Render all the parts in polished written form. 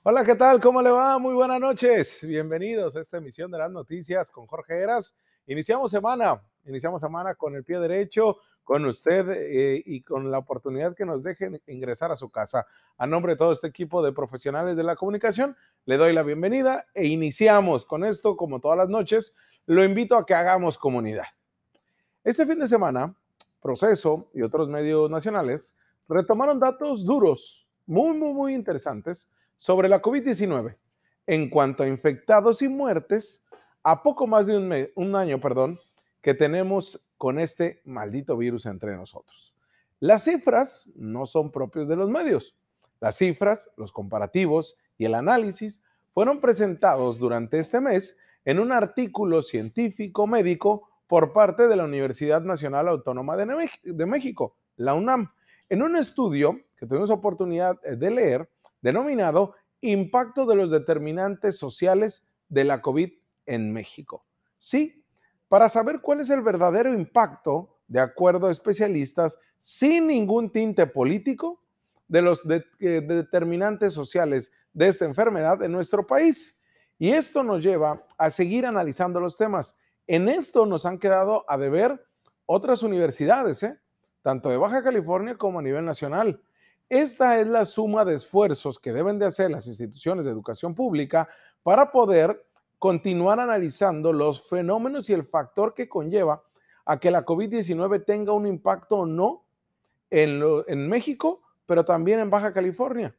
Hola, ¿qué tal? ¿Cómo le va? Muy buenas noches. Bienvenidos a esta emisión de las noticias con Jorge Heras. Iniciamos semana con el pie derecho, con usted y con la oportunidad que nos dejen ingresar a su casa. A nombre de todo este equipo de profesionales de la comunicación, le doy la bienvenida e iniciamos con esto, como todas las noches, lo invito a que hagamos comunidad. Este fin de semana, Proceso y otros medios nacionales retomaron datos duros, muy interesantes sobre la COVID-19 en cuanto a infectados y muertes a poco más de un año, que tenemos con este maldito virus entre nosotros. Las cifras no son propios de los medios. Las cifras, los comparativos y el análisis fueron presentados durante este mes en un artículo científico médico por parte de la Universidad Nacional Autónoma de México, la UNAM, en un estudio que tuvimos oportunidad de leer, denominado Impacto de los determinantes sociales de la COVID en México. Sí, para saber cuál es el verdadero impacto, de acuerdo a especialistas, sin ningún tinte político, de los determinantes sociales de esta enfermedad en nuestro país. Y esto nos lleva a seguir analizando los temas. En esto nos han quedado a deber otras universidades, tanto de Baja California como a nivel nacional. Esta es la suma de esfuerzos que deben de hacer las instituciones de educación pública para poder continuar analizando los fenómenos y el factor que conlleva a que la COVID-19 tenga un impacto o no en México, pero también en Baja California.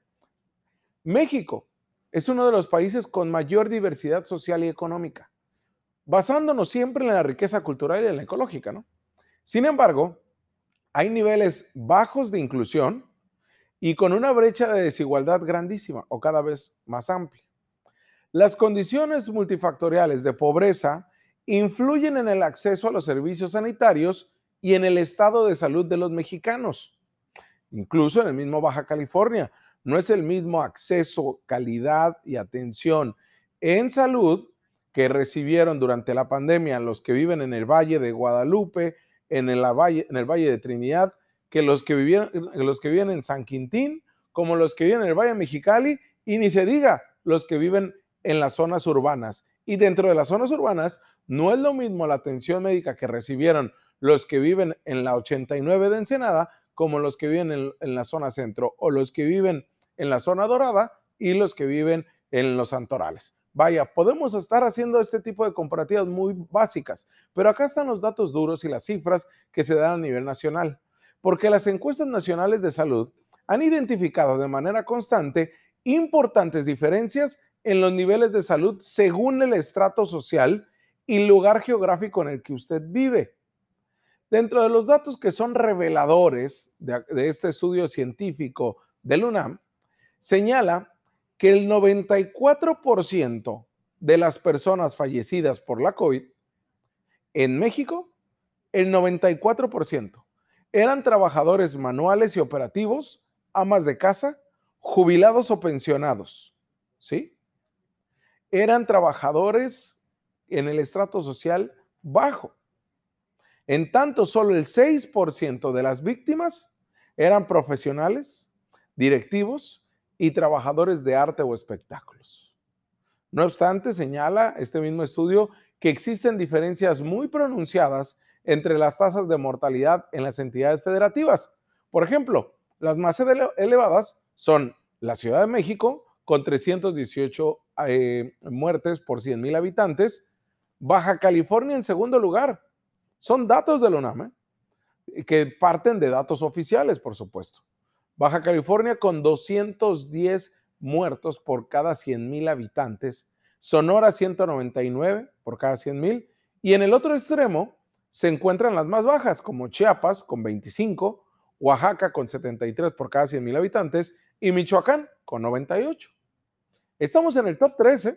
México es uno de los países con mayor diversidad social y económica, basándonos siempre en la riqueza cultural y en la ecológica, ¿no? Sin embargo, hay niveles bajos de inclusión y con una brecha de desigualdad grandísima o cada vez más amplia. Las condiciones multifactoriales de pobreza influyen en el acceso a los servicios sanitarios y en el estado de salud de los mexicanos. Incluso en el mismo Baja California, no es el mismo acceso, calidad y atención en salud que recibieron durante la pandemia los que viven en el Valle de Guadalupe, en el Valle de Trinidad, que los que viven en San Quintín, como los que viven en el Valle de Mexicali, y ni se diga los que viven en las zonas urbanas. Y dentro de las zonas urbanas, no es lo mismo la atención médica que recibieron los que viven en la 89 de Ensenada, como los que viven en la zona centro, o los que viven en la zona dorada y los que viven en los santorales. Vaya, podemos estar haciendo este tipo de comparativas muy básicas, pero acá están los datos duros y las cifras que se dan a nivel nacional, porque las encuestas nacionales de salud han identificado de manera constante importantes diferencias en los niveles de salud según el estrato social y lugar geográfico en el que usted vive. Dentro de los datos que son reveladores de este estudio científico del UNAM, señala que el 94% de las personas fallecidas por la COVID en México, el 94% eran trabajadores manuales y operativos, amas de casa, jubilados o pensionados, ¿sí? Eran trabajadores en el estrato social bajo. En tanto, solo el 6% de las víctimas eran profesionales, directivos y trabajadores de arte o espectáculos. No obstante, señala este mismo estudio que existen diferencias muy pronunciadas entre las tasas de mortalidad en las entidades federativas. Por ejemplo, las más elevadas son la Ciudad de México, con 318 muertes por 100,000 habitantes, Baja California en segundo lugar. Son datos de la UNAM, que parten de datos oficiales, por supuesto. Baja California con 210 muertos por cada 100,000 habitantes, Sonora 199 por cada 100,000, y en el otro extremo se encuentran las más bajas, como Chiapas con 25, Oaxaca con 73 por cada 100,000 habitantes y Michoacán con 98. Estamos en el top 13.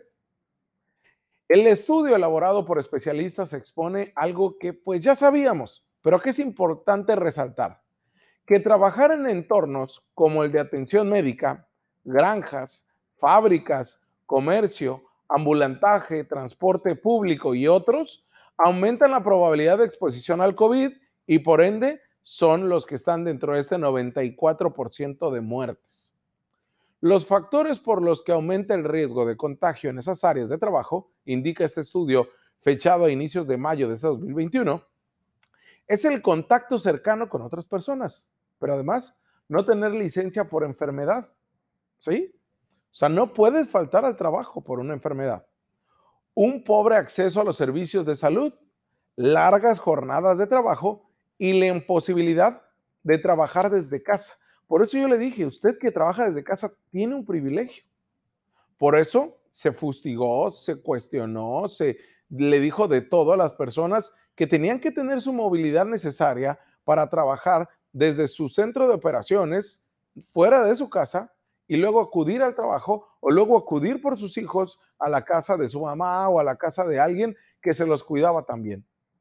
El estudio elaborado por especialistas expone algo que pues ya sabíamos, pero que es importante resaltar, que trabajar en entornos como el de atención médica, granjas, fábricas, comercio, ambulantaje, transporte público y otros aumentan la probabilidad de exposición al COVID y por ende son los que están dentro de este 94% de muertes. Los factores por los que aumenta el riesgo de contagio en esas áreas de trabajo, indica este estudio fechado a inicios de mayo de este 2021, es el contacto cercano con otras personas, pero además no tener licencia por enfermedad, ¿sí? O sea, no puedes faltar al trabajo por una enfermedad. Un pobre acceso a los servicios de salud, largas jornadas de trabajo y la imposibilidad de trabajar desde casa. Por eso yo le dije, usted que trabaja desde casa tiene un privilegio. Por eso se fustigó, se cuestionó, se le dijo de todo a las personas que tenían que tener su movilidad necesaria para trabajar desde su centro de operaciones, fuera de su casa, y luego acudir al trabajo o luego acudir por sus hijos a la casa de su mamá o a la casa de alguien que se los cuidaba también.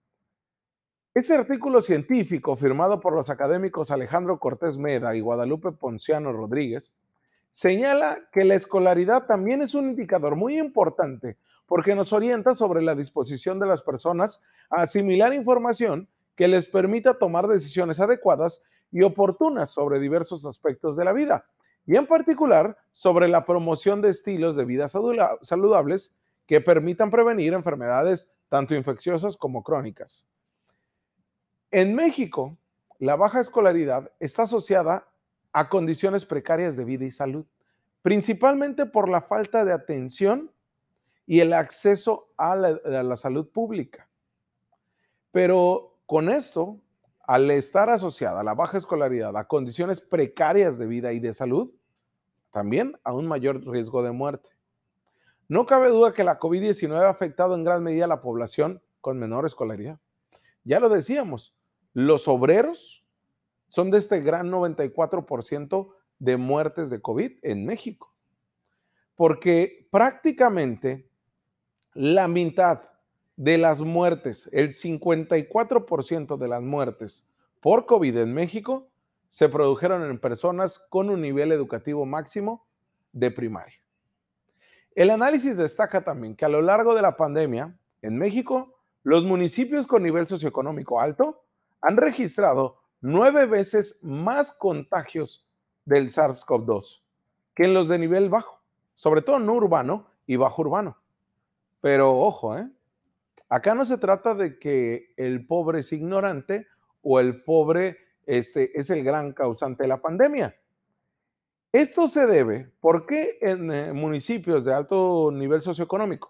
Ese artículo científico firmado por los académicos Alejandro Cortés Meda y Guadalupe Ponciano Rodríguez señala que la escolaridad también es un indicador muy importante porque nos orienta sobre la disposición de las personas a asimilar información que les permita tomar decisiones adecuadas y oportunas sobre diversos aspectos de la vida, y en particular sobre la promoción de estilos de vida saludables que permitan prevenir enfermedades tanto infecciosas como crónicas. En México, la baja escolaridad está asociada a condiciones precarias de vida y salud, principalmente por la falta de atención y el acceso a la salud pública. Pero con esto, al estar asociada la baja escolaridad a condiciones precarias de vida y de salud, también a un mayor riesgo de muerte. No cabe duda que la COVID-19 ha afectado en gran medida a la población con menor escolaridad. Ya lo decíamos, los obreros son de este gran 94% de muertes de COVID en México, porque prácticamente la mitad de las muertes, el 54% de las muertes por COVID en México se produjeron en personas con un nivel educativo máximo de primaria. El análisis destaca también que a lo largo de la pandemia, en México, los municipios con nivel socioeconómico alto han registrado 9 veces más contagios del SARS-CoV-2 que en los de nivel bajo, sobre todo no urbano y bajo urbano. Pero ojo, acá no se trata de que el pobre es ignorante o el pobre es el gran causante de la pandemia. Esto se debe, ¿por qué en municipios de alto nivel socioeconómico?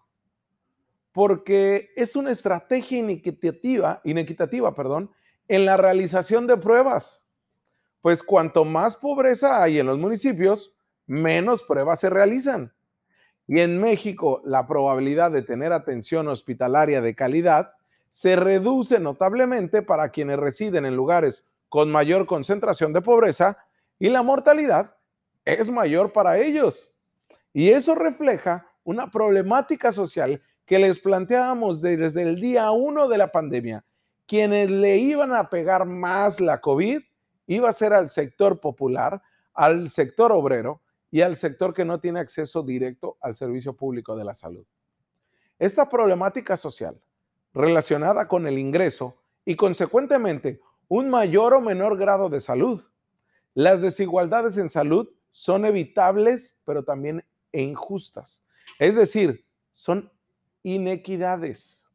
Porque es una estrategia inequitativa, en la realización de pruebas. Pues cuanto más pobreza hay en los municipios, menos pruebas se realizan. Y en México, la probabilidad de tener atención hospitalaria de calidad se reduce notablemente para quienes residen en lugares con mayor concentración de pobreza y la mortalidad es mayor para ellos. Y eso refleja una problemática social que les planteábamos desde el día 1 de la pandemia. Quienes le iban a pegar más la COVID iba a ser al sector popular, al sector obrero y al sector que no tiene acceso directo al servicio público de la salud. Esta problemática social relacionada con el ingreso y consecuentemente un mayor o menor grado de salud. Las desigualdades en salud son evitables, pero también injustas. Es decir, son inequidades.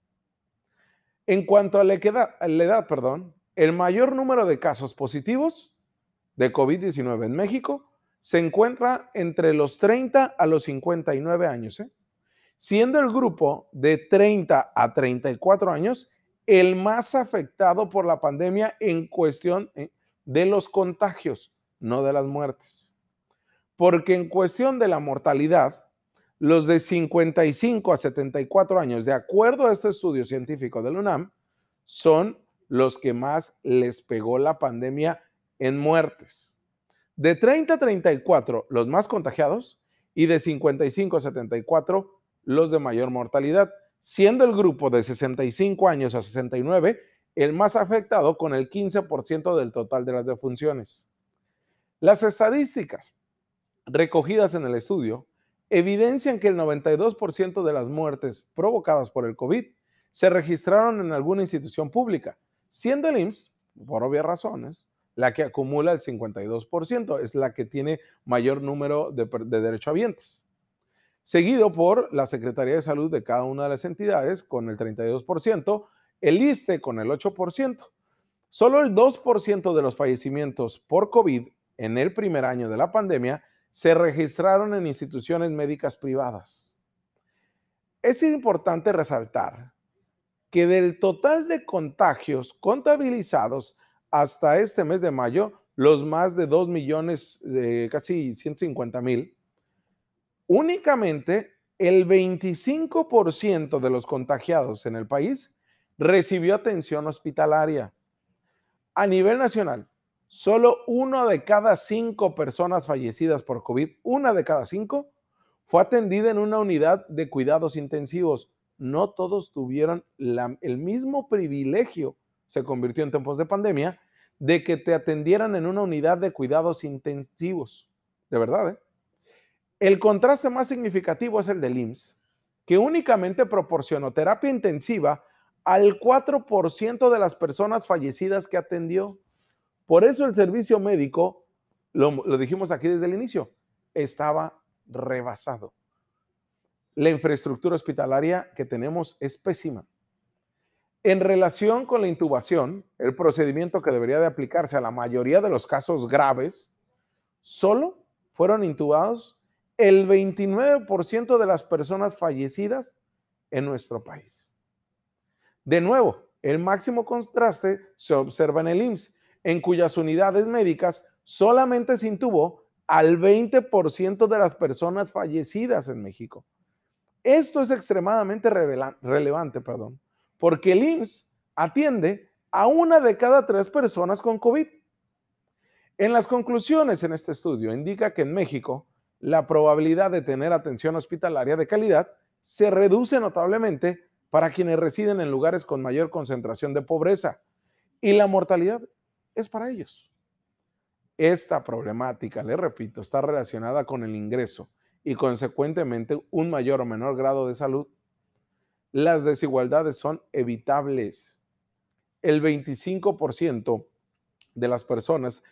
En cuanto a la edad, el mayor número de casos positivos de COVID-19 en México se encuentra entre los 30 a los 59 años, siendo el grupo de 30 a 34 años el más afectado por la pandemia en cuestión de los contagios, no de las muertes. Porque en cuestión de la mortalidad, los de 55 a 74 años, de acuerdo a este estudio científico del UNAM, son los que más les pegó la pandemia en muertes. De 30 a 34, los más contagiados, y de 55 a 74, los de mayor mortalidad, siendo el grupo de 65 años a 69 el más afectado con el 15% del total de las defunciones. Las estadísticas recogidas en el estudio evidencian que el 92% de las muertes provocadas por el COVID se registraron en alguna institución pública, siendo el IMSS, por obvias razones, la que acumula el 52%, es la que tiene mayor número de derechohabientes. Seguido por la Secretaría de Salud de cada una de las entidades con el 32%, el ISSSTE con el 8%. Solo el 2% de los fallecimientos por COVID en el primer año de la pandemia se registraron en instituciones médicas privadas. Es importante resaltar que del total de contagios contabilizados hasta este mes de mayo, los más de 2 millones, casi 150,000, únicamente el 25% de los contagiados en el país recibió atención hospitalaria. A nivel nacional, solo 1 de cada 5 personas fallecidas por COVID, 1 de cada 5, fue atendida en una unidad de cuidados intensivos. No todos tuvieron el mismo privilegio, se convirtió en tiempos de pandemia, de que te atendieran en una unidad de cuidados intensivos. De verdad, ¿eh? El contraste más significativo es el del IMSS, que únicamente proporcionó terapia intensiva al 4% de las personas fallecidas que atendió. Por eso el servicio médico, lo dijimos aquí desde el inicio, estaba rebasado. La infraestructura hospitalaria que tenemos es pésima. En relación con la intubación, el procedimiento que debería de aplicarse a la mayoría de los casos graves, solo fueron intubados el 29% de las personas fallecidas en nuestro país. De nuevo, el máximo contraste se observa en el IMSS, en cuyas unidades médicas solamente se intubó al 20% de las personas fallecidas en México. Esto es extremadamente relevante, porque el IMSS atiende a 1 de cada 3 personas con COVID. En las conclusiones en este estudio indica que en México la probabilidad de tener atención hospitalaria de calidad se reduce notablemente para quienes residen en lugares con mayor concentración de pobreza y la mortalidad es para ellos. Esta problemática, le repito, está relacionada con el ingreso y consecuentemente un mayor o menor grado de salud. Las desigualdades son evitables. El 25% de las personas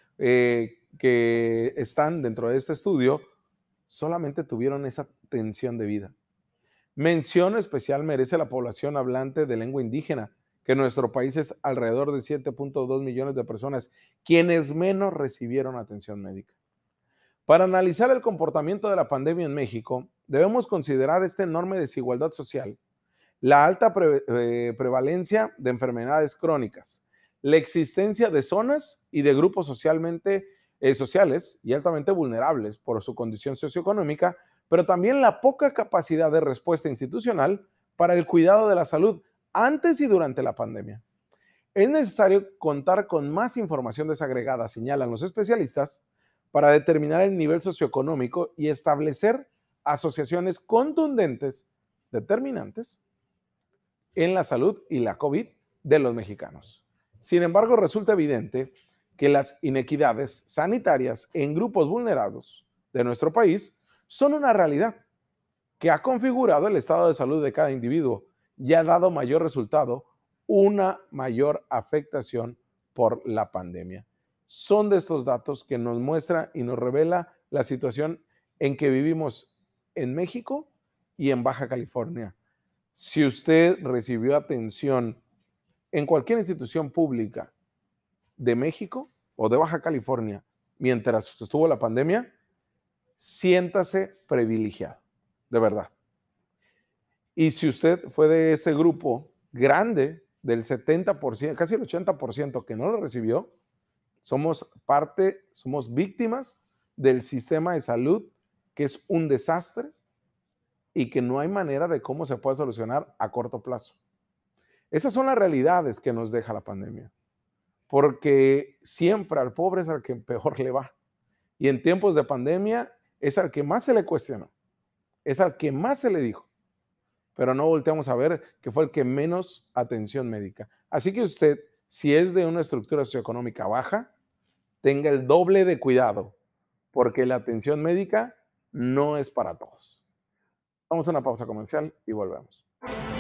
que están dentro de este estudio solamente tuvieron esa atención debida. Mención especial merece la población hablante de lengua indígena, que en nuestro país es alrededor de 7.2 millones de personas, quienes menos recibieron atención médica. Para analizar el comportamiento de la pandemia en México, debemos considerar esta enorme desigualdad social, la alta prevalencia de enfermedades crónicas, la existencia de zonas y de grupos sociales y altamente vulnerables por su condición socioeconómica, pero también la poca capacidad de respuesta institucional para el cuidado de la salud antes y durante la pandemia. Es necesario contar con más información desagregada, señalan los especialistas, para determinar el nivel socioeconómico y establecer asociaciones contundentes, determinantes, en la salud y la COVID de los mexicanos. Sin embargo, resulta evidente que las inequidades sanitarias en grupos vulnerados de nuestro país son una realidad que ha configurado el estado de salud de cada individuo y ha dado mayor resultado una mayor afectación por la pandemia. Son de estos datos que nos muestra y nos revela la situación en que vivimos en México y en Baja California. Si usted recibió atención en cualquier institución pública de México o de Baja California mientras estuvo la pandemia, siéntase privilegiado, de verdad. Y si usted fue de ese grupo grande del 70%, casi el 80% que no lo recibió, somos víctimas del sistema de salud que es un desastre y que no hay manera de cómo se pueda solucionar a corto plazo. Esas son las realidades que nos deja la pandemia, porque siempre al pobre es al que peor le va. Y en tiempos de pandemia es al que más se le cuestionó, es al que más se le dijo, pero no volteamos a ver que fue el que menos atención médica. Así que usted, si es de una estructura socioeconómica baja, tenga el doble de cuidado, porque la atención médica no es para todos. Vamos a una pausa comercial y volvemos.